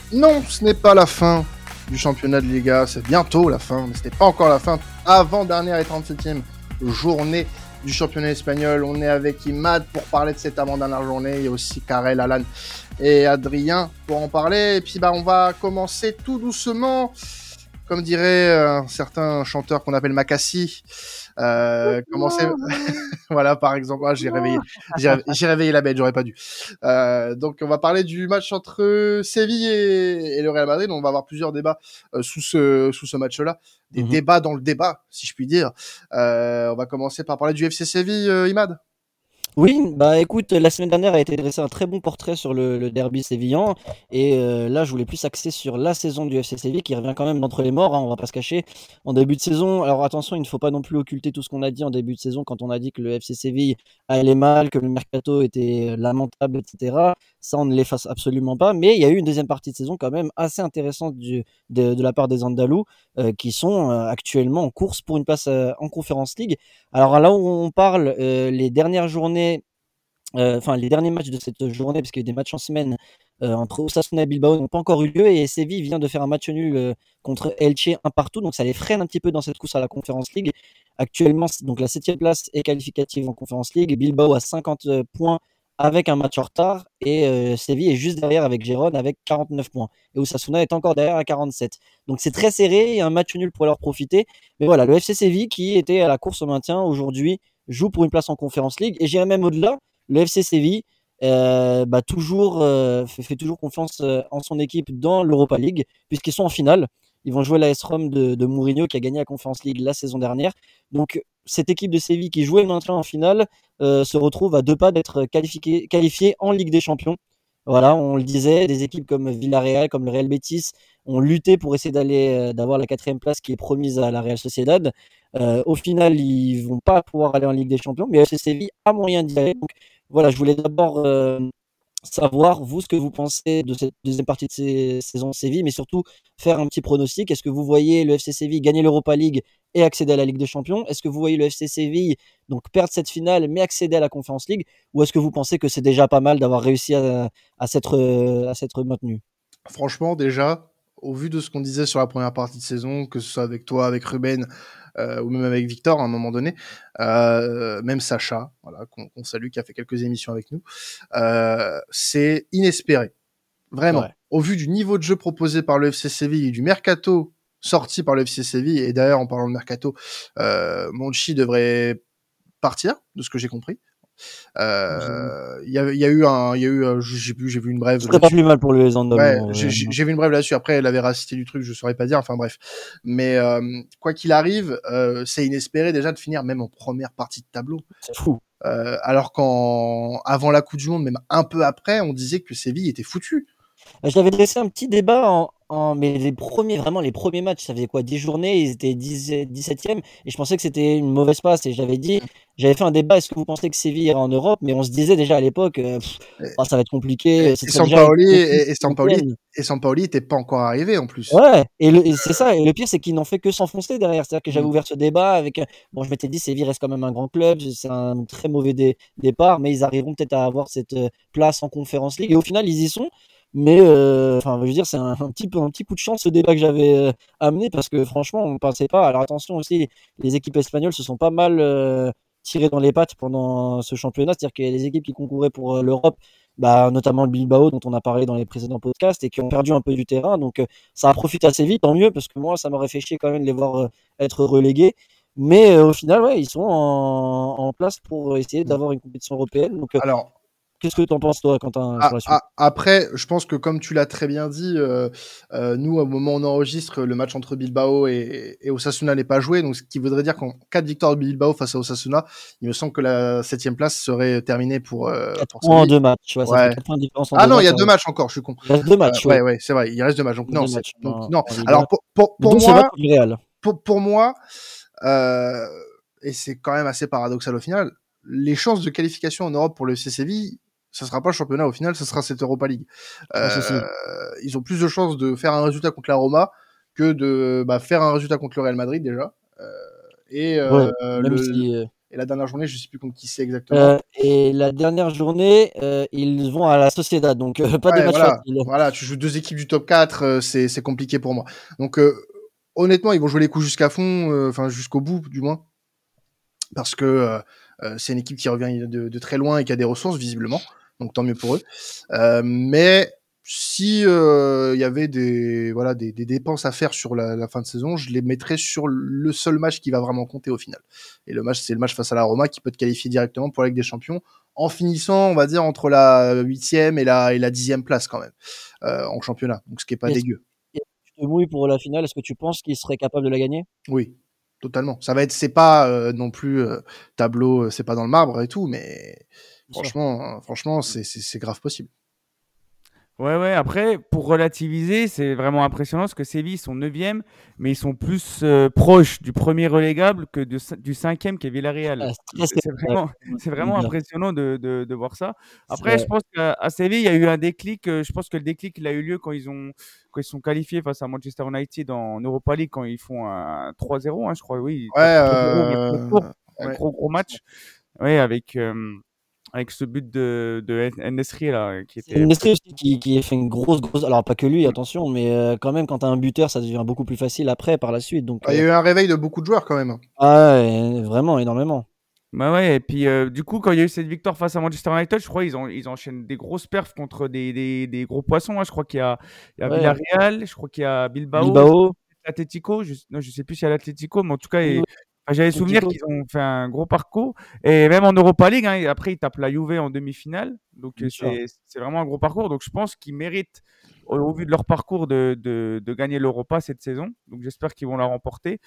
Non, ce n'est pas la fin du championnat de Liga, c'est bientôt la fin, mais ce n'est pas encore la fin. Avant-dernière et 37e journée du championnat espagnol. On est avec Imad pour parler de cette avant-dernière journée. Il y a aussi Karel, Alan et Adrien pour en parler. Et puis on va commencer tout doucement, comme dirait un certain chanteur qu'on appelle Makassi. Commencer... Voilà, par exemple, j'ai réveillé la bête, j'aurais pas dû. Donc, on va parler du match entre Séville et le Real Madrid. On va avoir plusieurs débats sous ce match-là. Des débats dans le débat, si je puis dire. On va commencer par parler du FC Séville, Imad. Oui, bah écoute, la semaine dernière a été dressé un très bon portrait sur le derby sévillan et là je voulais plus axer sur la saison du FC Séville qui revient quand même d'entre les morts, hein, on va pas se cacher. En début de saison, alors attention, il ne faut pas non plus occulter tout ce qu'on a dit en début de saison quand on a dit que le FC Séville allait mal, que le mercato était lamentable, etc. Ça on ne l'efface absolument pas, mais il y a eu une deuxième partie de saison quand même assez intéressante de la part des Andalous qui sont actuellement en course pour une place en Conference League. Alors là où on parle, les dernières journées, enfin les derniers matchs de cette journée, parce qu'il y a eu des matchs en semaine entre Osasuna et Bilbao n'ont pas encore eu lieu et Séville vient de faire un match nul contre Elche un partout, donc ça les freine un petit peu dans cette course à la Conference League. Actuellement, donc la 7e place est qualificative en Conference League, Bilbao a 50 points avec un match en retard et Séville est juste derrière avec Gérone avec 49 points et Osasuna est encore derrière à 47. Donc c'est très serré, et un match nul pour leur profiter. Mais voilà, le FC Séville qui était à la course au maintien aujourd'hui joue pour une place en Conference League et j'irai même au-delà, le FC Séville fait toujours confiance en son équipe dans l'Europa League, puisqu'ils sont en finale. Ils vont jouer l'AS Rome de Mourinho, qui a gagné la Conference League la saison dernière. Donc, cette équipe de Séville qui jouait le maintien en finale se retrouve à 2 pas d'être qualifiée en Ligue des Champions. Voilà, on le disait, des équipes comme Villarreal, comme le Real Betis, ont lutté pour essayer d'avoir la 4e place qui est promise à la Real Sociedad. Au final, ils vont pas pouvoir aller en Ligue des Champions, mais FC Séville a moyen d'y aller. Donc, voilà, je voulais d'abord savoir, vous, ce que vous pensez de cette deuxième partie de saison de Séville, mais surtout faire un petit pronostic. Est-ce que vous voyez le FC Séville gagner l'Europa League et accéder à la Ligue des Champions? Est-ce que vous voyez le FC Séville donc perdre cette finale mais accéder à la Conference League? Ou est-ce que vous pensez que c'est déjà pas mal d'avoir réussi à s'être maintenu? Franchement, déjà, au vu de ce qu'on disait sur la première partie de saison, que ce soit avec toi, avec Ruben, ou même avec Victor à un moment donné, même Sacha, voilà, qu'on salue, qui a fait quelques émissions avec nous, c'est inespéré. Vraiment. Ouais. Au vu du niveau de jeu proposé par le FC Séville et du mercato sorti par le FC Séville, et d'ailleurs, en parlant de mercato, Monchi devrait partir, de ce que j'ai compris. Il y a eu, j'ai vu une brève Ce serait pas là-dessus. plus mal pour les Andalous Ouais, en vrai. j'ai vu une brève là-dessus. Après, la véracité du truc, je saurais pas dire. Enfin bref. Mais quoi qu'il arrive, c'est inespéré déjà de finir même en première partie de tableau. C'est fou. Alors avant la Coupe du Monde, même un peu après, on disait que Séville était foutu. J'avais dressé un petit débat mais vraiment les premiers matchs, ça faisait quoi, 10 journées, ils étaient 17e, et je pensais que c'était une mauvaise passe, et j'avais fait un débat, est-ce que vous pensez que Séville ira en Europe? Mais on se disait déjà à l'époque, ça va être compliqué, ce Et serait déjà une Sampaoli équipe européenne. et Sampaoli était pas encore arrivé en plus. Ouais, et c'est ça, et le pire, c'est qu'ils n'ont fait que s'enfoncer derrière. C'est-à-dire que j'avais Mm. ouvert ce débat avec, bon, je m'étais dit, Séville reste quand même un grand club, c'est un très mauvais départ, mais ils arriveront peut-être à avoir cette place en Conference League. Et au final, ils y sont. Mais, enfin, je veux dire, c'est un petit coup de chance ce débat que j'avais amené parce que franchement, on ne pensait pas. Alors attention aussi, les équipes espagnoles se sont pas mal tirées dans les pattes pendant ce championnat. C'est-à-dire que les équipes qui concouraient pour l'Europe, bah, notamment le Bilbao dont on a parlé dans les précédents podcasts et qui ont perdu un peu du terrain. Donc ça a profité assez vite, tant mieux, parce que moi, ça m'aurait fait chier quand même de les voir être relégués. Mais au final, ouais, ils sont en place pour essayer Mm. d'avoir une compétition européenne. Donc, Alors, qu'est-ce que tu en penses, toi, Quentin, sur la suite? après, je pense que comme tu l'as très bien dit, nous, au moment où on enregistre, le match entre Bilbao et Osasuna n'est pas joué, donc ce qui voudrait dire qu'en cas de victoire de Bilbao face à Osasuna, il me semble que la 7e place serait terminée 4 pour points en Séville. 2 matchs. Ouais, ça ferait Ouais. 4 points de différence en Ah 2 non, il y matchs. a 2 matchs encore, je suis con. Il reste 2 matchs, oui. Ouais, c'est vrai, il reste 2 matchs. Donc Il reste non, 2 matchs donc non. en Ligue 1. Alors pour Dont ce match moi, contre le Real. pour moi, euh, et c'est quand même assez paradoxal au final, les chances de qualification en Europe pour le FC Séville, ça sera pas le championnat au final, ça sera cette Europa League. Je pense aussi. Ils ont plus de chances de faire un résultat contre la Roma que de faire un résultat contre le Real Madrid déjà. Et Ouais, même le si. Et la dernière journée, je sais plus contre qui c'est exactement. Et la dernière journée, ils vont à la Sociedad, donc pas des Ouais, matchs voilà. faciles. Voilà, tu joues 2 équipes du top 4, c'est compliqué pour moi. Donc, honnêtement, ils vont jouer les coups jusqu'à fond, enfin jusqu'au bout du moins, parce que c'est une équipe qui revient de très loin et qui a des ressources visiblement, donc tant mieux pour eux. Mais si il y avait des dépenses à faire sur la fin de saison, je les mettrais sur le seul match qui va vraiment compter au final. Et le match, c'est le match face à la Roma qui peut te qualifier directement pour la Ligue des Champions en finissant, on va dire, entre la 8e et la 10e place quand même en championnat. Donc ce qui est pas Est-ce dégueu. que tu te mouilles pour la finale? Est-ce que tu penses qu'ils seraient capables de la gagner? Oui, totalement. Ça va être, c'est pas non plus tableau, c'est pas dans le marbre et tout, mais Bien sûr. franchement, c'est grave possible. Ouais, ouais. Après, pour relativiser, c'est vraiment impressionnant parce que Séville sont 9e, mais ils sont plus proches du premier relégable que du 5e qui est Villarreal. Ah, c'est C'est très vraiment, c'est vraiment bien. impressionnant de voir ça. C'est Après, je vrai. pense qu'à Séville, il y a eu un déclic. Je pense que le déclic, il a eu lieu quand ils sont qualifiés face à Manchester United en Europa League, quand ils font un 3-0, hein, je crois. Oui, Ouais, pas 3-0, mais retour. Un ouais. gros match. Oui, avec ce but de En-Nesyri, là, qui C'est était Nesri aussi qui a fait une grosse alors pas que lui, attention, mais quand même quand tu as un buteur, ça devient beaucoup plus facile après, par la suite, donc Ah, il y a eu un réveil de beaucoup de joueurs quand même. ah ouais, vraiment énormément. bah ouais, et puis du coup, quand il y a eu cette victoire face à Manchester United, je crois ils enchaînent des grosses perfs contre des gros poissons, hein. Je crois qu'il y a Ouais, Villarreal, je crois qu'il y a Bilbao, Bilbao, Atlético. Non, je sais plus s'il y a l'Atlético, mais en tout cas, oui, oui, enfin, j'avais souvenir Atlético, qu'ils ont fait un gros parcours. Et même en Europa League, hein, et après, ils tapent la Juve en demi-finale. Donc, bien sûr. c'est vraiment un gros parcours. Donc, je pense qu'ils méritent, au vu de leur parcours, de gagner l'Europa cette saison. Donc, j'espère qu'ils vont la remporter.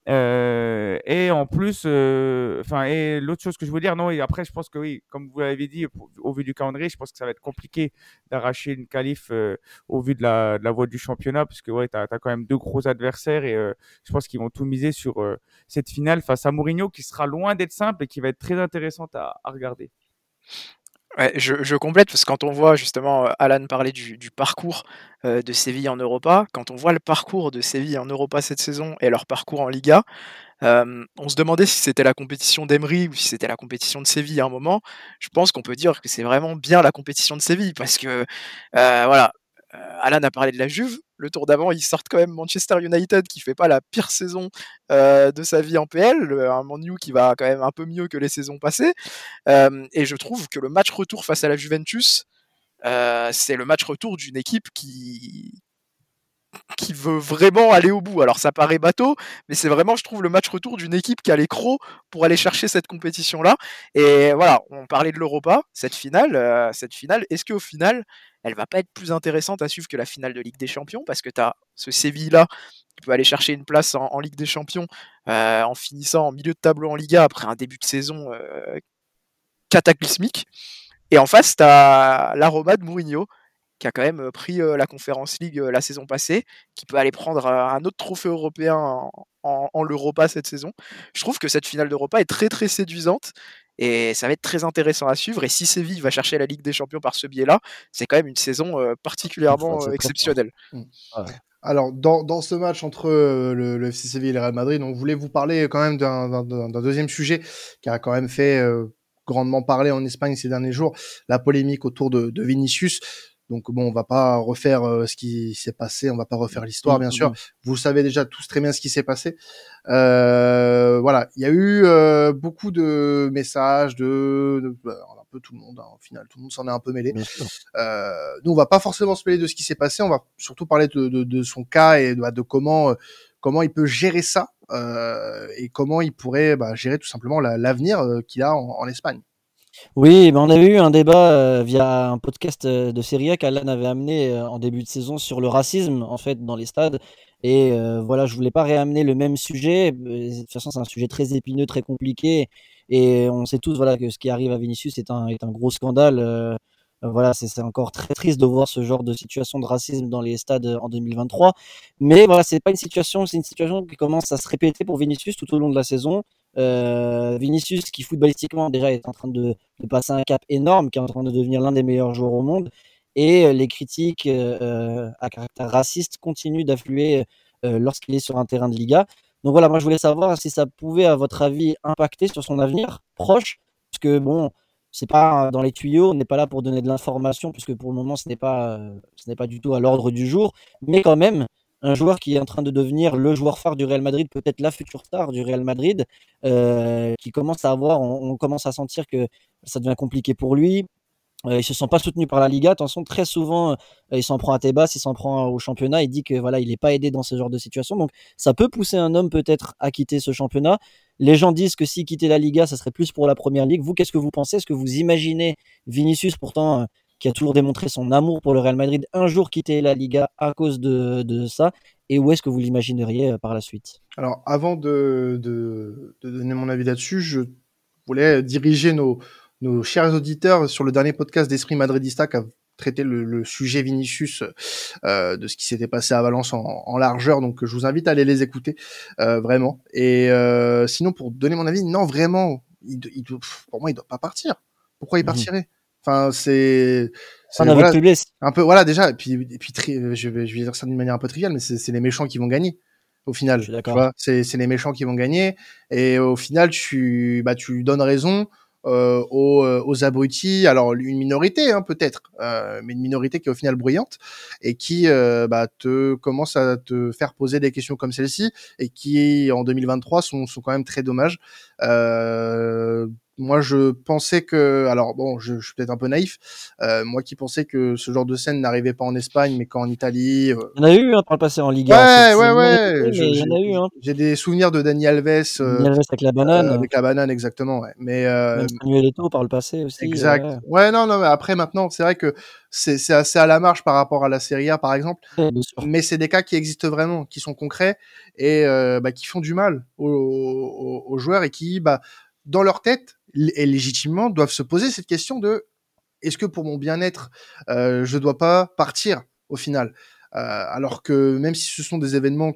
Et en plus, enfin, et l'autre chose que je veux dire, non, et après, je pense que oui, comme vous l'avez dit, au vu du calendrier, je pense que ça va être compliqué d'arracher une qualif au vu de la voie du championnat, parce que ouais, tu as quand même deux gros adversaires et je pense qu'ils vont tout miser sur cette finale face à Mourinho qui sera loin d'être simple et qui va être très intéressante à regarder. Ouais, je complète parce que quand on voit justement Alan parler du parcours de Séville en Europa, quand on voit le parcours de Séville en Europa cette saison et leur parcours en Liga, on se demandait si c'était la compétition d'Emery ou si c'était la compétition de Séville à un moment. Je pense qu'on peut dire que c'est vraiment bien la compétition de Séville parce que voilà, Alan a parlé de la Juve. Le tour d'avant, ils sortent quand même Manchester United qui fait pas la pire saison de sa vie en PL, un Man U qui va quand même un peu mieux que les saisons passées. Et je trouve que le match retour face à la Juventus, c'est le match retour d'une équipe qui veut vraiment aller au bout. Alors ça paraît bateau, mais c'est vraiment, je trouve, le match retour d'une équipe qui a les crocs pour aller chercher cette compétition-là. Et voilà, on parlait de l'Europa, cette finale, est-ce qu'au final, elle va pas être plus intéressante à suivre que la finale de Ligue des Champions? Parce que tu as ce Séville-là qui peut aller chercher une place en Ligue des Champions en finissant en milieu de tableau en Liga après un début de saison cataclysmique. Et en face, tu as la Roma de Mourinho, qui a quand même pris la Conference League la saison passée, qui peut aller prendre un autre trophée européen en l'Europa cette saison. Je trouve que cette finale d'Europa est très très séduisante et ça va être très intéressant à suivre. Et si Séville va chercher la Ligue des Champions par ce biais-là, c'est quand même une saison particulièrement C'est très fort. exceptionnelle. Ouais. Alors, dans ce match entre le FC Séville et le Real Madrid, on voulait vous parler quand même d'un deuxième sujet qui a quand même fait grandement parler en Espagne ces derniers jours, la polémique autour de Vinicius. Donc bon, on va pas refaire ce qui s'est passé, on va pas refaire l'histoire, bien sûr. Vous savez déjà tous très bien ce qui s'est passé. Voilà, il y a eu beaucoup de messages un peu tout le monde, hein, au final, tout le monde s'en est un peu mêlé. Bien sûr. Nous, on va pas forcément se mêler de ce qui s'est passé, on va surtout parler de son cas et de comment il peut gérer ça et comment il pourrait gérer tout simplement l'avenir qu'il a en Espagne. Oui, ben on avait eu un débat via un podcast de Serie A qu'Alan avait amené en début de saison sur le racisme en fait dans les stades. Et voilà, je voulais pas réamener le même sujet. De toute façon, c'est un sujet très épineux, très compliqué. Et on sait tous voilà que ce qui arrive à Vinicius est un gros scandale. Voilà, c'est encore très triste de voir ce genre de situation de racisme dans les stades en 2023. Mais voilà, c'est une situation qui commence à se répéter pour Vinicius tout au long de la saison. Vinicius qui footballistiquement déjà est en train de passer un cap énorme, qui est en train de devenir l'un des meilleurs joueurs au monde, et les critiques à caractère raciste continuent d'affluer lorsqu'il est sur un terrain de Liga. Donc voilà, moi je voulais savoir si ça pouvait, à votre avis, impacter sur son avenir proche, parce que bon, c'est pas dans les tuyaux, on n'est pas là pour donner de l'information, puisque pour le moment ce n'est pas du tout à l'ordre du jour, mais quand même, un joueur qui est en train de devenir le joueur phare du Real Madrid, peut-être la future star du Real Madrid, qui commence à avoir, on commence à sentir que ça devient compliqué pour lui. Il se sent pas soutenu par la Liga. Attention, très souvent, il s'en prend à Tebas, il s'en prend au championnat. Il dit que voilà, il n'est pas aidé dans ce genre de situation. Donc, ça peut pousser un homme peut-être à quitter ce championnat. Les gens disent que s'il quittait la Liga, ça serait plus pour la Première Ligue. Vous, qu'est-ce que vous pensez? Est-ce que vous imaginez Vinicius, pourtant, qui a toujours démontré son amour pour le Real Madrid, un jour quitter la Liga à cause de ça? Et où est-ce que vous l'imagineriez par la suite? Alors, avant de donner mon avis là-dessus, je voulais diriger nos chers auditeurs sur le dernier podcast d'Esprit Madridista qui a traité le sujet Vinicius, de ce qui s'était passé à Valence en largeur. Donc, je vous invite à aller les écouter, vraiment. Et sinon, pour donner mon avis, non, vraiment, pour moi, il doit pas partir. Pourquoi il partirait? Enfin, Un avec voilà, faiblesse. un peu, voilà, déjà. Et puis je vais dire ça d'une manière un peu triviale, mais c'est les méchants qui vont gagner. Au Je final, suis tu d'accord. vois, c'est les méchants qui vont gagner, et au final, tu donnes raison aux abrutis. Alors une minorité, hein, peut-être, mais une minorité qui est au final bruyante et qui te commence à te faire poser des questions comme celle-ci et qui en 2023 sont quand même très dommages. Moi, je pensais que, alors bon, je suis peut-être un peu naïf, moi qui pensais que ce genre de scène n'arrivait pas en Espagne, mais qu'en Italie. Il y en a eu par le passé en Liga. Ouais, C'est ouais, moins ouais. répété, mais il y en a eu. J'ai des souvenirs de Dani Alves Dani Alves avec la banane, avec la banane, exactement. Ouais. Mais même Samuel Eto'o par le passé aussi. exact. Ouais. Ouais, non, non. Mais après, maintenant, c'est vrai que c'est assez à la marge par rapport à la Serie A, par exemple. Ouais, bien sûr. Mais c'est des cas qui existent vraiment, qui sont concrets et qui font du mal aux joueurs et qui, dans leur tête et légitimement, doivent se poser cette question de est-ce que pour mon bien-être, je dois pas partir au final? Alors que même si ce sont des événements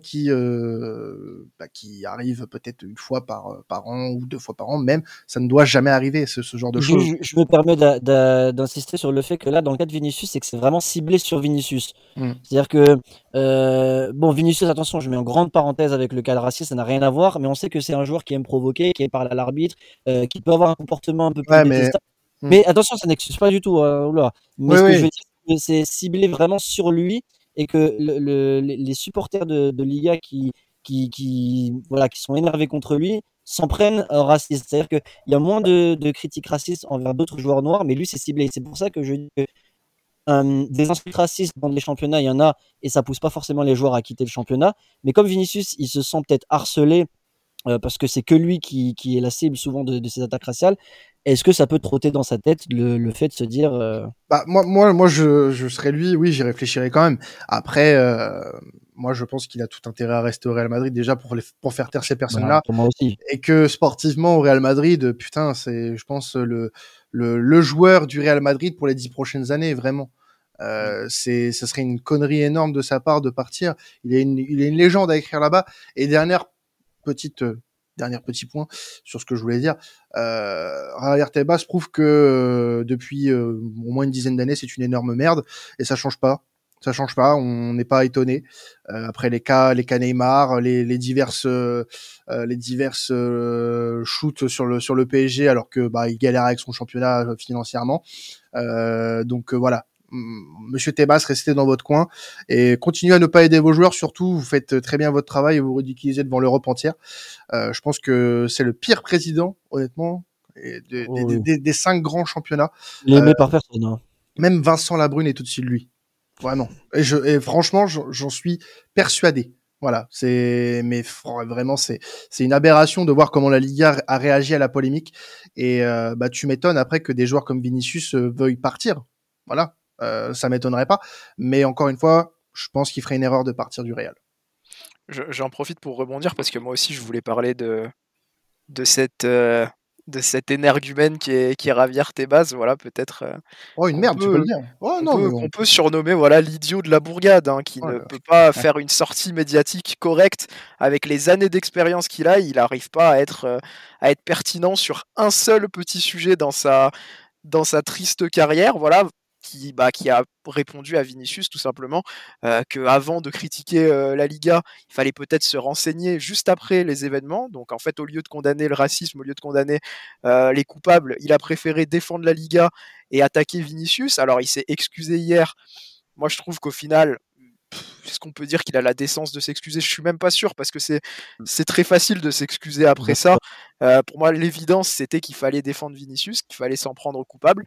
qui arrivent peut-être une fois par an ou 2 fois par an même, ça ne doit jamais arriver ce genre de choses. Je me permets d'insister sur le fait que là, dans le cas de Vinicius, c'est que c'est vraiment ciblé sur Vinicius. Mmh. C'est-à-dire que, bon, Vinicius, attention, je mets en grande parenthèse avec le cas de racisme, ça n'a rien à voir, mais on sait que c'est un joueur qui aime provoquer, qui parle à l'arbitre, qui peut avoir un comportement un peu plus Ouais, mais détestable. mmh. Mais attention, ça n'excuse pas du tout, oula. Mais Oui, ce que je oui. veux dire, c'est que c'est ciblé vraiment sur lui et que les supporters de Liga voilà, qui sont énervés contre lui s'en prennent racistes. C'est-à-dire qu'il y a moins de critiques racistes envers d'autres joueurs noirs, mais lui, c'est ciblé. C'est pour ça que je dis que des insultes racistes dans les championnats, il y en a, et ça pousse pas forcément les joueurs à quitter le championnat. Mais comme Vinicius, il se sent peut-être harcelé parce que c'est que lui qui est la cible souvent de ces attaques raciales. Est-ce que ça peut trotter dans sa tête le fait de se dire Moi, je serais lui, oui, j'y réfléchirais quand même. Après, moi, je pense qu'il a tout intérêt à rester au Real Madrid déjà pour faire taire ces personnes-là. pour moi aussi. Et que sportivement au Real Madrid, putain, c'est, je pense, le joueur du Real Madrid pour les 10 prochaines années, vraiment. Ça serait une connerie énorme de sa part de partir. Il est une légende à écrire là-bas. Et dernier petit point sur ce que je voulais dire. Javier Tebas prouve que depuis au moins une dizaine d'années, c'est une énorme merde et ça change pas. Ça change pas, on n'est pas étonné. Après les cas Neymar, les diverses shoots sur le PSG, alors que il galère avec son championnat financièrement. Donc voilà, Monsieur Tebas, restez dans votre coin et continuez à ne pas aider vos joueurs. Surtout, vous faites très bien votre travail et vous vous ridiculisez devant l'Europe entière. Je pense que c'est le pire président, honnêtement, des 5 grands championnats. Il est aimé par personne. Hein. Même Vincent Labrune est au-dessus de lui. Vraiment. Et franchement, j'en suis persuadé. Voilà. Mais vraiment, c'est une aberration de voir comment la Liga a réagi à la polémique. Et tu m'étonnes après que des joueurs comme Vinicius veuillent partir. Voilà. Ça m'étonnerait pas. Mais encore une fois, je pense qu'il ferait une erreur de partir du Real. J'en profite pour rebondir parce que moi aussi je voulais parler de cet énergumène qui est Javier Tebas, voilà, peut-être Oh, une merde, tu peux le dire. Oh, non, mais qu'on peut surnommer voilà l'idiot de la bourgade, hein, qui ne peut pas faire une sortie médiatique correcte avec les années d'expérience qu'il a. Il n'arrive pas à être pertinent sur un seul petit sujet dans sa triste carrière. Voilà, qui a répondu à Vinicius tout simplement qu'avant de critiquer la Liga, il fallait peut-être se renseigner juste après les événements. Donc en fait, au lieu de condamner le racisme, au lieu de condamner les coupables, il a préféré défendre la Liga et attaquer Vinicius. Alors il s'est excusé hier. Moi, je trouve qu'au final, est-ce qu'on peut dire qu'il a la décence de s'excuser? Je suis même pas sûr parce que c'est très facile de s'excuser après ça. Pour moi, l'évidence, c'était qu'il fallait défendre Vinicius, qu'il fallait s'en prendre au coupable.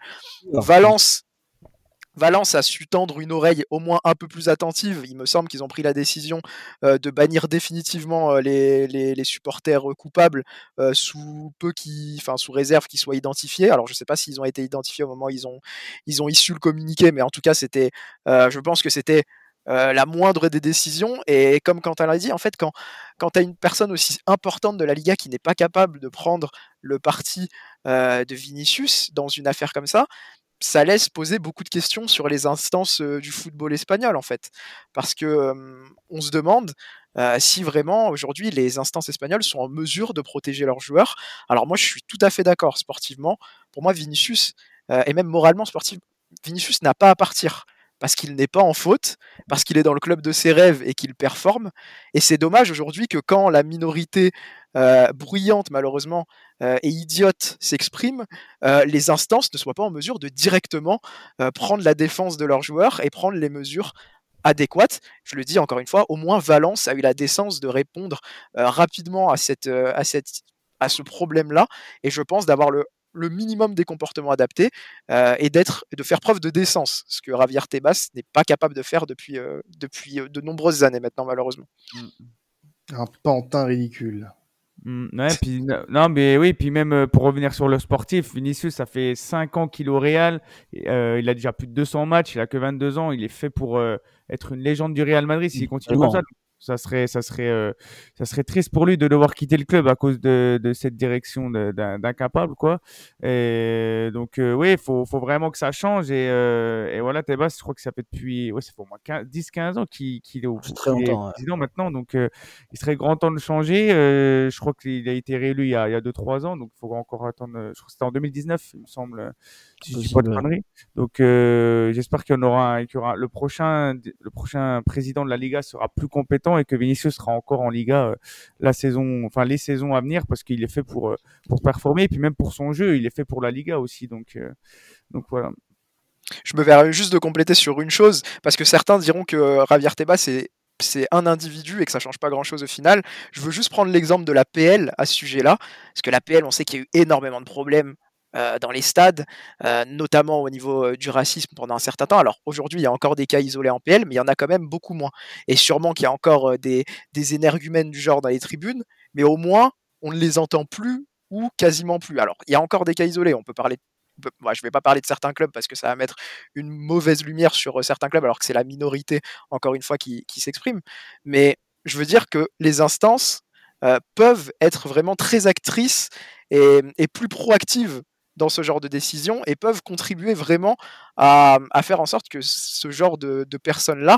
Valence a su tendre une oreille au moins un peu plus attentive. Il me semble qu'ils ont pris la décision de bannir définitivement les supporters coupables sous réserve qu'ils soient identifiés. Alors je ne sais pas s'ils ont été identifiés au moment où ils ont issu le communiqué, mais en tout cas je pense que c'était la moindre des décisions. Et comme Quentin l'a dit, en fait, quand tu as une personne aussi importante de la Liga qui n'est pas capable de prendre le parti de Vinicius dans une affaire comme ça laisse poser beaucoup de questions sur les instances du football espagnol en fait, parce que on se demande si vraiment aujourd'hui les instances espagnoles sont en mesure de protéger leurs joueurs. Alors moi je suis tout à fait d'accord sportivement. Pour moi Vinicius et même moralement sportif, Vinicius n'a pas à partir parce qu'il n'est pas en faute, parce qu'il est dans le club de ses rêves et qu'il performe. Et c'est dommage aujourd'hui que quand la minorité bruyante malheureusement et idiote s'exprime, les instances ne soient pas en mesure de directement prendre la défense de leurs joueurs et prendre les mesures adéquates. Je le dis encore une fois, au moins Valence a eu la décence de répondre rapidement à ce problème-là, et je pense d'avoir le minimum des comportements adaptés et de faire preuve de décence, ce que Javier Tebas n'est pas capable de faire depuis de nombreuses années maintenant, malheureusement. Un pantin ridicule. Ouais, puis, non, mais oui, puis même pour revenir sur le sportif, Vinicius, ça fait 5 ans qu'il est au Real. Il a déjà plus de 200 matchs, il a que 22 ans. Il est fait pour être une légende du Real Madrid s'il continue comme ça. Ça serait triste pour lui de devoir quitter le club à cause de cette direction d'incapable, quoi. Et donc, oui, faut vraiment que ça change. Et voilà, Tebas, je crois que ça fait depuis, ouais, ça fait au moins 10-15 ans qu'il est au très longtemps, président maintenant. Donc, il serait grand temps de changer. Je crois qu'il a été réélu il y a 2-3 ans, donc il faut encore attendre. Je crois que c'était en 2019, il me semble, si je dis pas de conneries. Donc, j'espère qu'il y aura le prochain président de la Liga sera plus compétent et que Vinicius sera encore en Liga les saisons à venir, parce qu'il est fait pour performer, et puis même pour son jeu, il est fait pour la Liga aussi. Donc voilà. Je me verrais juste de compléter sur une chose, parce que certains diront que Javier Tebas c'est un individu et que ça change pas grand chose au final. Je veux juste prendre l'exemple de la PL à ce sujet-là, parce que la PL, on sait qu'il y a eu énormément de problèmes dans les stades, notamment au niveau du racisme pendant un certain temps. Alors aujourd'hui, il y a encore des cas isolés en PL, mais il y en a quand même beaucoup moins. Et sûrement qu'il y a encore des énergumènes du genre dans les tribunes, mais au moins, on ne les entend plus ou quasiment plus. Alors, il y a encore des cas isolés, on peut parler. Moi, je ne vais pas parler de certains clubs parce que ça va mettre une mauvaise lumière sur certains clubs, alors que c'est la minorité, encore une fois, qui s'exprime. Mais je veux dire que les instances peuvent être vraiment très actrices et plus proactives dans ce genre de décision, et peuvent contribuer vraiment à faire en sorte que ce genre de personnes-là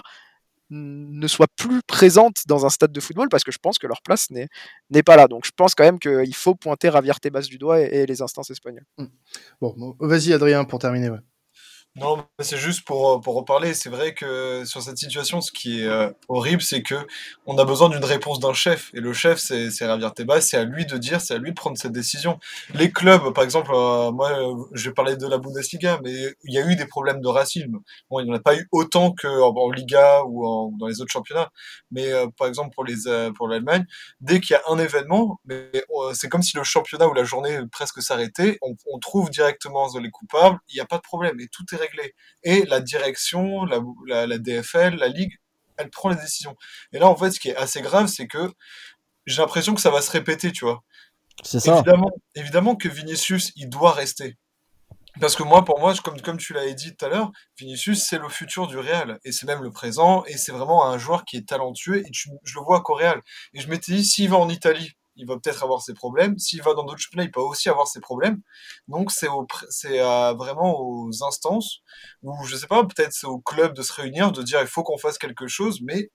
ne soient plus présentes dans un stade de football, parce que je pense que leur place n'est pas là. Donc je pense quand même qu'il faut pointer Javier Tebas du doigt et les instances espagnoles. Bon, vas-y Adrien pour terminer. Ouais. Non, mais c'est juste pour reparler. C'est vrai que sur cette situation, ce qui est horrible, c'est que on a besoin d'une réponse d'un chef. Et le chef, c'est Javier Tebas. C'est à lui de dire, c'est à lui de prendre cette décision. Les clubs, par exemple, moi, je vais parler de la Bundesliga, mais il y a eu des problèmes de racisme. Bon, il n'y en a pas eu autant que en Liga ou dans les autres championnats. Mais par exemple, pour l'Allemagne, dès qu'il y a un événement, c'est comme si le championnat ou la journée presque s'arrêtait. On trouve directement les coupables. Il n'y a pas de problème et tout est réglé. Et la direction, la DFL, la Ligue, elle prend les décisions. Et là, en fait, ce qui est assez grave, c'est que j'ai l'impression que ça va se répéter, tu vois. C'est ça. Évidemment que Vinicius, il doit rester. Parce que pour moi, comme tu l'avais dit tout à l'heure, Vinicius, c'est le futur du Real. Et c'est même le présent. Et c'est vraiment un joueur qui est talentueux. Et je le vois qu'au Real. Et je m'étais dit, s'il va en Italie, il va peut-être avoir ses problèmes. S'il va dans d'autres championnats, il peut aussi avoir ses problèmes. Donc c'est vraiment aux instances, ou je sais pas, peut-être c'est au club de se réunir, de dire il faut qu'on fasse quelque chose. Mais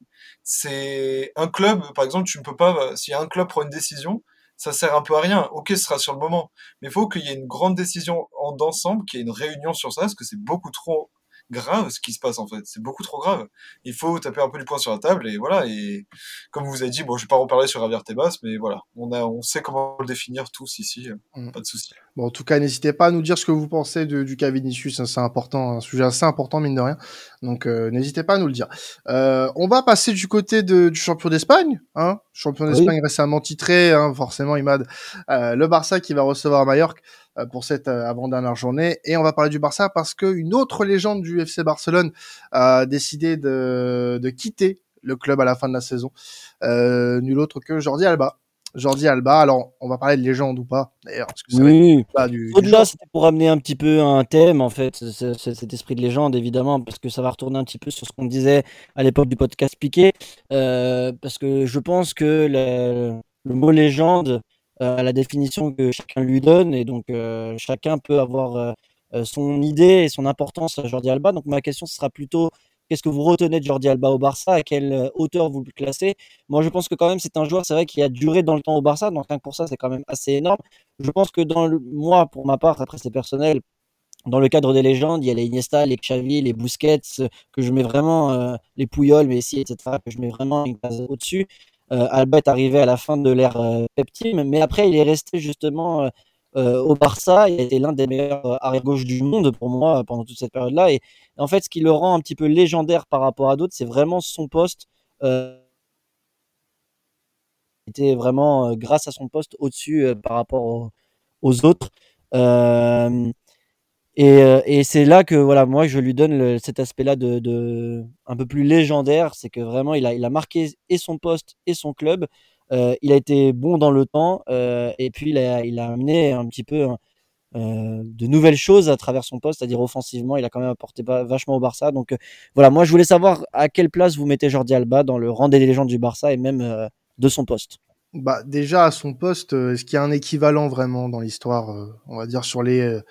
c'est un club, par exemple, tu ne peux pas, si un club prend une décision, ça sert un peu à rien. Ok, ce sera sur le moment. Mais il faut qu'il y ait une grande décision d'ensemble, qu'il y ait une réunion sur ça, parce que c'est beaucoup trop grave ce qui se passe en fait. C'est beaucoup trop grave. Il faut taper un peu du poing sur la table et voilà. Et comme vous avez dit, bon, je vais pas reparler sur Javier Tebas, mais voilà, on sait comment le définir tous ici. Pas de souci. Bon, en tout cas, n'hésitez pas à nous dire ce que vous pensez du cas Vinicius. C'est important, un sujet assez important, mine de rien. Donc, n'hésitez pas à nous le dire. On va passer du côté du champion d'Espagne. Champion d'Espagne récemment titré, forcément, Imad. Le Barça qui va recevoir Mallorca pour cette avant-dernière journée. Et on va parler du Barça parce qu'une autre légende du FC Barcelone a décidé de quitter le club à la fin de la saison. Nul autre que Jordi Alba. Alors on va parler de légende ou pas d'ailleurs, parce que oui. Au-delà, c'était pour amener un petit peu un thème en fait, cet esprit de légende évidemment, parce que ça va retourner un petit peu sur ce qu'on disait à l'époque du podcast Piqué, parce que je pense que le mot légende a la définition que chacun lui donne, et donc chacun peut avoir son idée et son importance à Jordi Alba. Donc ma question ce sera plutôt: qu'est-ce que vous retenez de Jordi Alba au Barça? À quelle hauteur vous le classez? Moi, je pense que quand même, c'est un joueur, c'est vrai, qui a duré dans le temps au Barça. Donc, rien que pour ça, c'est quand même assez énorme. Je pense que moi, pour ma part, après, c'est personnel, dans le cadre des légendes, il y a les Iniesta, les Xavi, les Busquets, que je mets vraiment, les Puyol, Messi, etc., que je mets vraiment une place au-dessus. Alba est arrivé à la fin de l'ère Pep Team, mais après, il est resté justement au Barça. Il a été l'un des meilleurs arrière-gauche du monde pour moi pendant toute cette période-là. Et en fait, ce qui le rend un petit peu légendaire par rapport à d'autres, c'est vraiment son poste. Était vraiment, grâce à son poste, au-dessus par rapport aux autres. Et c'est là que voilà, moi je lui donne cet aspect-là de un peu plus légendaire. C'est que vraiment il a marqué et son poste et son club. Il a été bon dans le temps, et puis il a amené un petit peu de nouvelles choses à travers son poste, c'est-à-dire offensivement, il a quand même apporté vachement au Barça. Donc voilà, moi je voulais savoir à quelle place vous mettez Jordi Alba dans le rang des légendes du Barça et même de son poste. Bah déjà à son poste, est-ce qu'il y a un équivalent vraiment dans l'histoire, on va dire sur les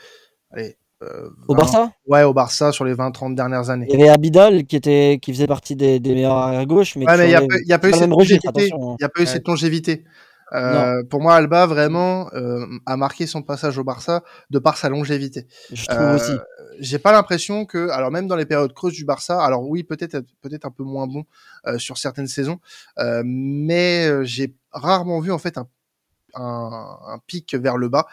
au Barça? Ouais, au Barça sur les 20-30 dernières années. Il y avait Abidal qui faisait partie des meilleurs arrière gauche, mais il y a pas eu cette longévité. Attention, hein. Il y a pas eu cette longévité. Pour moi, Alba vraiment a marqué son passage au Barça de par sa longévité. Je trouve aussi. J'ai pas l'impression que, alors même dans les périodes creuses du Barça, alors oui peut-être un peu moins bon sur certaines saisons, mais j'ai rarement vu en fait un pic vers le bas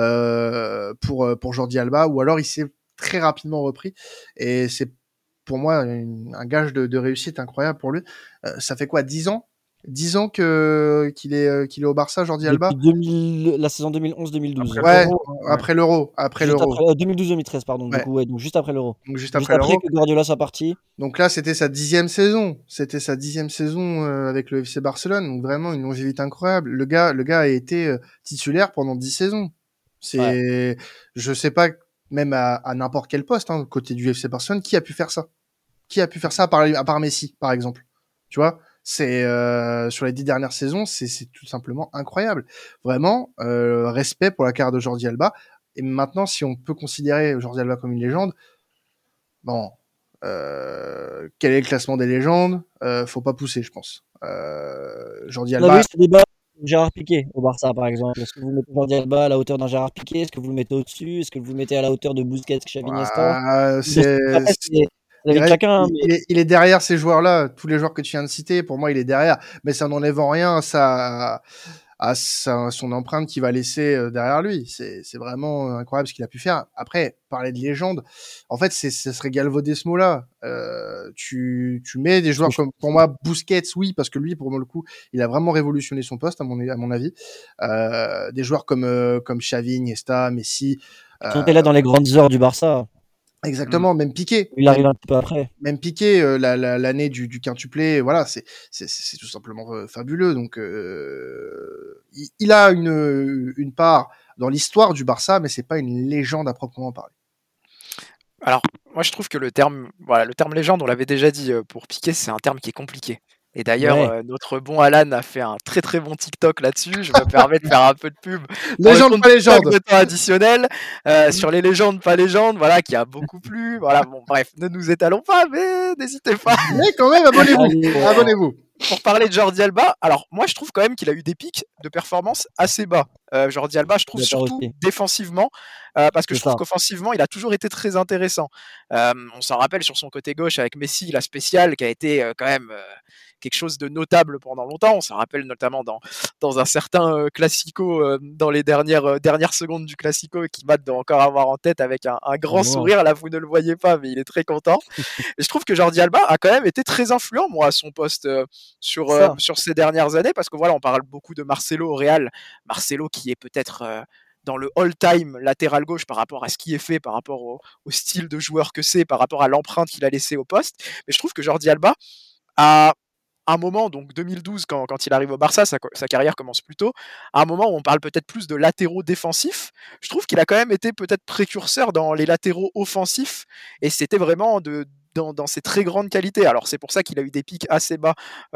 pour Jordi Alba, ou alors il s'est très rapidement repris, et c'est pour moi un gage de réussite incroyable pour lui. Ça fait quoi, 10 ans qu'il est au Barça, Jordi Alba? La saison 2011-2012. Après l'Euro. 2012-2013, pardon. Ouais. Du coup, donc juste après l'Euro. Donc juste après l'Euro. que Guardiola soit parti. Donc là, c'était sa 10e saison. Avec le FC Barcelone. Donc vraiment une longévité incroyable. Le gars a été titulaire pendant 10 saisons. Je sais pas, même à n'importe quel poste, côté du FC Barcelone, qui a pu faire ça? À part Messi, par exemple. Tu vois? C'est sur les 10 dernières saisons, c'est tout simplement incroyable. Vraiment, respect pour la carrière de Jordi Alba. Et maintenant, si on peut considérer Jordi Alba comme une légende, bon, quel est le classement des légendes? Faut pas pousser, je pense. Jordi Alba. On a vu ce débat Gérard Piqué au Barça, par exemple. Est-ce que vous mettez Jordi Alba à la hauteur d'un Gérard Piqué? Est-ce que vous le mettez au-dessus? Est-ce que vous le mettez à la hauteur de Busquets, Xavi, Iniesta? Il est derrière ces joueurs-là, tous les joueurs que tu viens de citer. Pour moi, il est derrière, mais ça n'enlève en rien à son empreinte qu'il va laisser derrière lui. C'est vraiment incroyable ce qu'il a pu faire. Après, parler de légende, en fait, ce serait galvauder ce mot-là. Tu mets des joueurs comme, pour moi, Busquets, oui, parce que lui, pour le coup, il a vraiment révolutionné son poste, à mon avis. Des joueurs comme Xavi, Iniesta, Messi. Ils sont là dans les grandes heures du Barça. Exactement, même Piqué. Il arrive un petit peu après. Même Piqué, l'année du quintuplé, voilà, c'est tout simplement fabuleux. Donc, il a une part dans l'histoire du Barça, mais c'est pas une légende à proprement parler. Alors, moi, je trouve que le terme légende, on l'avait déjà dit pour Piqué, c'est un terme qui est compliqué. Et d'ailleurs, notre bon Alan a fait un très très bon TikTok là-dessus. Je me permets de faire un peu de pub. Légende, pas légende. De temps additionnel sur les légendes, pas légendes, voilà, qui a beaucoup plu. Voilà, bon, bref, ne nous étalons pas, mais n'hésitez pas. Mais quand même, abonnez-vous. pour parler de Jordi Alba, alors moi je trouve quand même qu'il a eu des pics de performance assez bas. Jordi Alba, je trouve D'accord surtout aussi. défensivement, parce que C'est je trouve ça. qu'offensivement, il a toujours été très intéressant. On s'en rappelle sur son côté gauche avec Messi, la spéciale, qui a été quand même quelque chose de notable pendant longtemps. On s'en rappelle notamment dans un certain Classico, dans les dernières secondes du Classico, qui Matt doit encore avoir en tête avec un grand Vraiment. sourire. Là, vous ne le voyez pas, mais il est très content. Et je trouve que Jordi Alba a quand même été très influent, moi, à son poste Ça. sur ces dernières années, parce que voilà, on parle beaucoup de Marcelo au Real. Marcelo qui est peut-être dans le all-time latéral gauche par rapport à ce qui est fait, par rapport au style de joueur que c'est, par rapport à l'empreinte qu'il a laissée au poste. Mais je trouve que Jordi Alba a un moment, donc 2012, quand il arrive au Barça, sa carrière commence plus tôt, à un moment où on parle peut-être plus de latéraux défensifs, je trouve qu'il a quand même été peut-être précurseur dans les latéraux offensifs, et c'était vraiment dans ses très grandes qualités. Alors c'est pour ça qu'il a eu des pics assez bas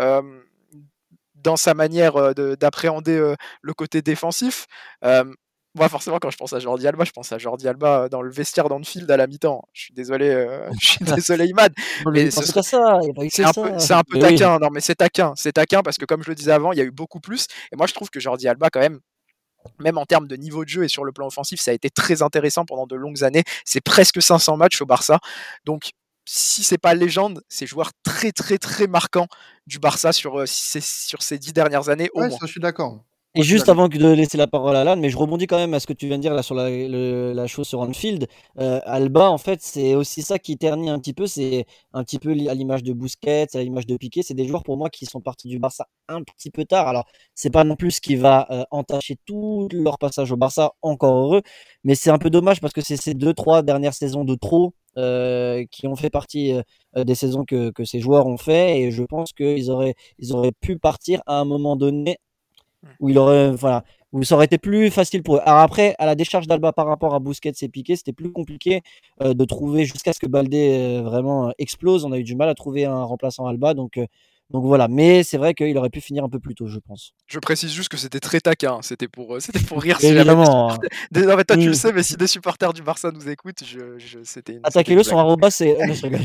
dans sa manière d'appréhender le côté défensif. Moi, forcément, quand je pense à Jordi Alba, je pense à Jordi Alba dans le vestiaire d'Anfield à la mi-temps. Je suis désolé, Imad, On lui mais pensait qu'à ça, il n'y a pas eu que ça. c'est un peu Mais oui. taquin. Non, mais c'est taquin parce que comme je le disais avant, il y a eu beaucoup plus. Et moi, je trouve que Jordi Alba, quand même en termes de niveau de jeu et sur le plan offensif, ça a été très intéressant pendant de longues années. C'est presque 500 matchs au Barça. Donc, si c'est pas légende, c'est joueur très très très marquant du Barça sur ces 10 dernières années au Ouais, moins. ça, je suis d'accord. Et Moi, je suis juste d'accord. avant de laisser la parole à Lan, mais je rebondis quand même à ce que tu viens de dire là sur la chose sur Anfield. Alba, en fait, c'est aussi ça qui ternit un petit peu. C'est un petit peu à l'image de Busquets, à l'image de Piqué. C'est des joueurs pour moi qui sont partis du Barça un petit peu tard. Alors, c'est pas non plus ce qui va entacher tout leur passage au Barça, encore heureux. Mais c'est un peu dommage parce que c'est ces 2-3 dernières saisons de trop qui ont fait partie des saisons que ces joueurs ont fait. Et je pense ils auraient pu partir à un moment donné où voilà, où ça aurait été plus facile pour eux. Alors après, à la décharge d'Alba par rapport à Busquets et Piqué, c'était plus compliqué de trouver jusqu'à ce que Baldé vraiment explose. On a eu du mal à trouver un remplaçant Alba, donc voilà. Mais c'est vrai qu'il aurait pu finir un peu plus tôt, je pense. Je précise juste que c'était très taquin. C'était pour rire si jamais Évidemment. Non, mais toi, tu le Oui. sais, mais si des supporters du Barça nous écoutent, c'était une Attaquez-le, son blague. arrobas, c'est. Non, je rigole.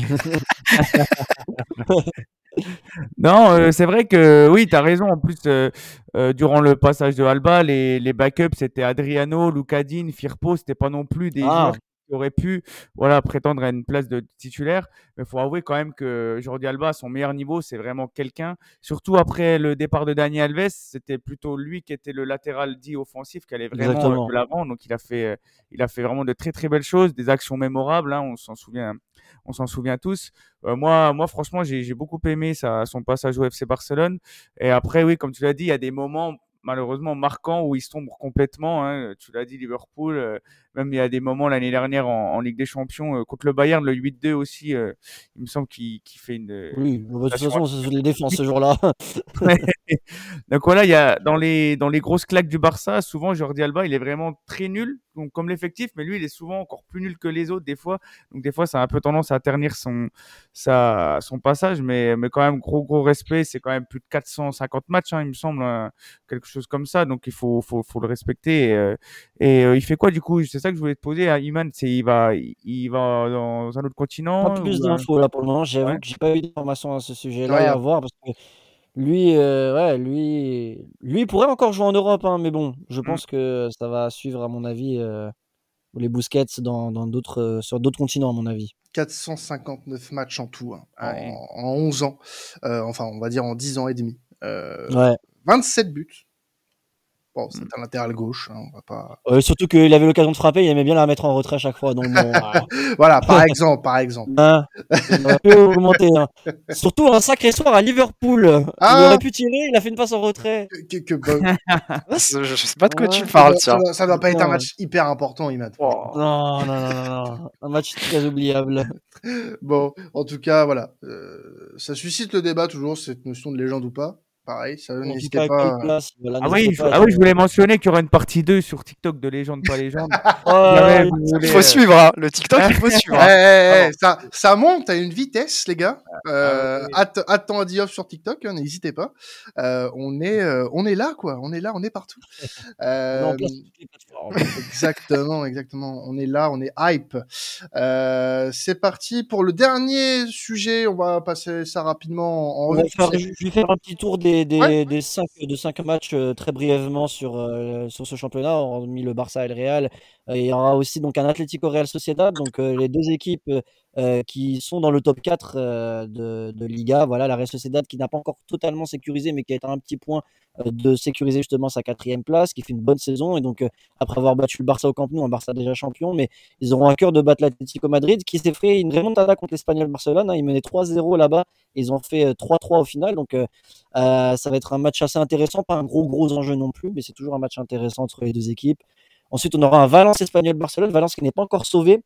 Non, c'est vrai que oui, tu as raison. En plus, durant le passage de Alba, les backups, c'était Adriano, Lucadine, Firpo. C'était pas non plus des Ah, joueurs qui auraient pu prétendre à une place de titulaire. Mais il faut avouer quand même que Jordi Alba, à son meilleur niveau, c'est vraiment quelqu'un. Surtout après le départ de Dani Alves, c'était plutôt lui qui était le latéral dit offensif, qui allait vraiment de exactement. l'avant. Donc il a fait vraiment de très très belles choses, des actions mémorables. Hein, on s'en souvient tous. Moi, franchement, j'ai beaucoup aimé son passage au FC Barcelone. Et après, oui, comme tu l'as dit, il y a des moments malheureusement marquants où il sombre complètement. Hein. Tu l'as dit, Liverpool. Même il y a des moments l'année dernière en Ligue des Champions contre le Bayern, le 8-2 aussi. Il me semble qu'il fait une Oui, bah, de toute prestation façon, c'est les défenses ce jour-là. Donc voilà, il y a dans les grosses claques du Barça, souvent Jordi Alba, il est vraiment très nul, donc comme l'effectif, mais lui, il est souvent encore plus nul que les autres des fois. Donc des fois, ça a un peu tendance à ternir son passage, mais quand même gros respect. C'est quand même plus de 450 matchs, hein, il me semble, hein, quelque chose comme ça. Donc il faut le respecter. Il fait quoi du coup? C'est ça que je voulais te poser, à Iman. C'est il va dans un autre Pas continent plus ou d'infos là pour le moment. ouais. J'avoue que j'ai pas eu d'informations à ce Ouais, y sujet-là a- à voir parce que lui, ouais, lui pourrait encore jouer en Europe, hein, mais bon, je Mm. pense que ça va suivre à mon avis les Busquets dans d'autres sur d'autres continents à mon avis. 459 matchs en tout, hein, Ouais. en 11 ans. Enfin, on va dire en 10 ans et demi. Ouais. 27 buts. Bon, c'est Mm. un latéral gauche, hein, on va pas. Surtout qu'il avait l'occasion de frapper, il aimait bien la mettre en retrait à chaque fois. Donc bon, Voilà, par exemple. hein, il aurait pu augmenter. Hein. Surtout un sacré soir à Liverpool. Il aurait Ah, pu tirer, il a fait une passe en retrait. Je sais pas de quoi tu Ouais. parles, tiens. Ça doit pas être un Non, match hyper important, Imad, franchement. Oh. non. Un match très oubliable. Bon, en tout cas, voilà. Ça suscite le débat toujours, cette notion de légende ou pas. pareil, ça, En tout n'hésitez cas, quelle pas. place. Voilà, Ah oui, n'hésitez pas. je voulais mentionner qu'il y aura une partie 2 sur TikTok de Légende pas Légende. Oh, Si jamais vous Il voulez, faut suivre, hein. Le TikTok, il faut suivre. Vraiment. Ça monte à une vitesse, les gars. oui. Attends à Dioff sur TikTok, hein, n'hésitez pas. On est là, quoi. On est là, on est partout. on est en place sur toutes les plateformes. Exactement. On est là, on est hype. C'est parti pour le dernier sujet. On va passer ça rapidement en On va revue. je vais faire un petit tour des, Ouais. des 5 matchs très brièvement sur ce championnat, hormis le Barça et le Real. Il y aura aussi donc un Atlético Real Sociedad, donc les deux équipes qui sont dans le top 4 de Liga. Voilà, la Real Sociedad qui n'a pas encore totalement sécurisé, mais qui a été un petit point de sécuriser justement sa 4e place, qui fait une bonne saison. Et donc, après avoir battu le Barça au Camp Nou, un Barça déjà champion, mais ils auront à cœur de battre l'Atlético Madrid, qui s'est fait une remontada contre l'Espagnol Barcelone. Hein. Ils menaient 3-0 là-bas. Ils ont fait 3-3 au final, donc ça va être un match assez intéressant, pas un gros enjeu non plus, mais c'est toujours un match intéressant entre les deux équipes. Ensuite, on aura un Valence Espagnol-Barcelone, Valence qui n'est pas encore sauvé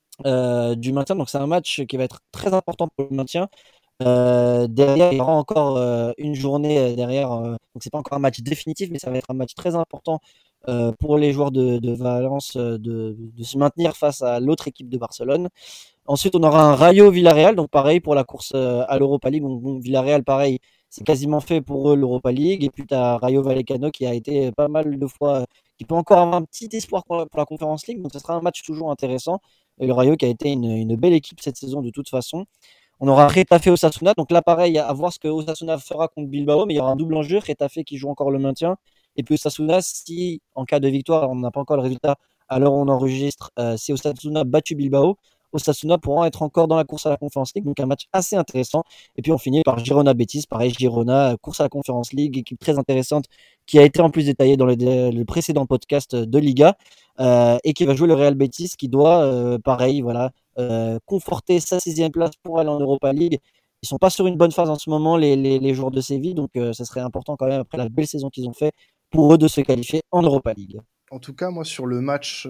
du maintien, donc c'est un match qui va être très important pour le maintien. Derrière, il y aura encore une journée derrière, donc c'est pas encore un match définitif, mais ça va être un match très important pour les joueurs de Valence de se maintenir face à l'autre équipe de Barcelone. Ensuite, on aura un Rayo Villarreal, donc pareil pour la course à l'Europa League. Donc, bon, Villarreal, pareil, c'est quasiment fait pour eux l'Europa League. Et puis, tu as Rayo Vallecano qui a été pas mal de fois, qui peut encore avoir un petit espoir pour la Conference League. Donc, ce sera un match toujours intéressant. Et le Rayo qui a été une belle équipe cette saison de toute façon. On aura Retafe Osasuna. Donc là, pareil, à voir ce que Osasuna fera contre Bilbao. Mais il y aura un double enjeu. Retafe qui joue encore le maintien. Et puis Osasuna, si en cas de victoire, on n'a pas encore le résultat à l'heure où on enregistre, si Osasuna a battu Bilbao, Osasuna pourra être encore dans la course à la Conference League, donc un match assez intéressant. Et puis on finit par Girona Betis, pareil, Girona, course à la Conference League, équipe très intéressante qui a été en plus détaillée dans le précédent podcast de Liga, et qui va jouer le Real Betis qui doit, pareil, voilà, conforter sa 6e place pour aller en Europa League. Ils sont pas sur une bonne phase en ce moment, les joueurs de Séville, donc ça serait important quand même, après la belle saison qu'ils ont fait, pour eux de se qualifier en Europa League. En tout cas, moi, sur le match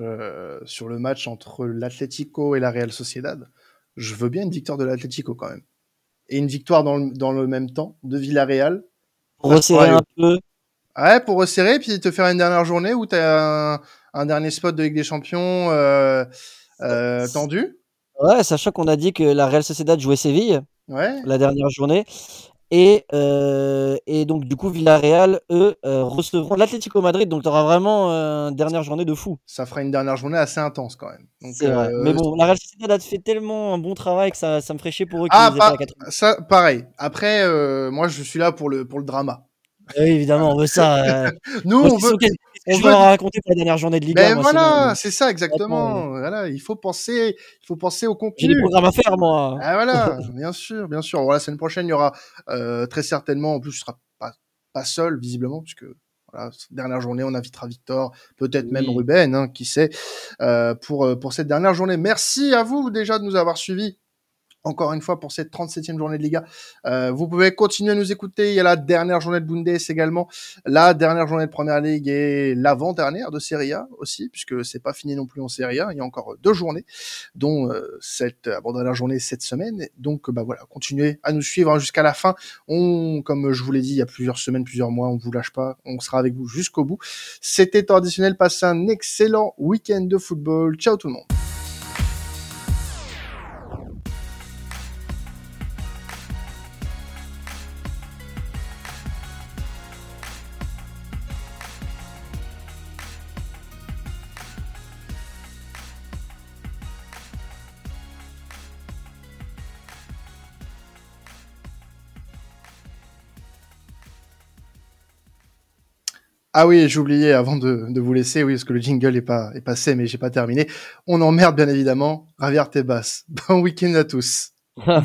entre l'Atlético et la Real Sociedad, je veux bien une victoire de l'Atlético quand même. Et une victoire dans le même temps de Villarreal. Pour resserrer un peu. Ouais, pour resserrer, puis te faire une dernière journée où tu as un dernier spot de Ligue des Champions tendu. Ouais, sachant qu'on a dit que la Real Sociedad jouait Séville la dernière journée. Et donc, du coup, Villarreal, eux, recevront l'Atlético Madrid. Donc, tu auras vraiment une dernière journée de fou. Ça fera une dernière journée assez intense quand même. Donc, c'est vrai. Mais bon, la Real Sociedad a fait tellement un bon travail que ça me ferait chier pour eux qu'ils aient pas la 4e. Ça, pareil. Après, moi, je suis là pour le drama. Oui, évidemment, on veut ça. Nous, on veut. On veut raconter pour la dernière journée de Liga. Mais moi, voilà, sinon, c'est ça exactement. Voilà, il faut penser au contenu. J'ai des programmes à faire, moi. Ah, voilà, bien sûr. Voilà, la semaine prochaine, il y aura très certainement. En plus, je ne serai pas seul visiblement, puisque voilà, dernière journée, on invitera Victor, peut-être même Ruben, hein, qui sait, pour cette dernière journée. Merci à vous déjà de nous avoir suivis. Encore une fois pour cette 37e journée de Liga. Vous pouvez continuer à nous écouter. Il y a la dernière journée de Bundes également, la dernière journée de Première Ligue et l'avant-dernière de Serie A aussi, puisque c'est pas fini non plus en Serie A. Il y a encore 2 journées, dont cette avant-dernière journée cette semaine. Donc voilà, continuez à nous suivre hein, jusqu'à la fin. Comme je vous l'ai dit, il y a plusieurs semaines, plusieurs mois, on vous lâche pas. On sera avec vous jusqu'au bout. C'était traditionnel. Passez un excellent week-end de football. Ciao tout le monde. Ah oui, j'ai oublié avant de vous laisser, oui, parce que le jingle est passé, mais j'ai pas terminé. On emmerde bien évidemment Javier Tebas. Bon week-end à tous.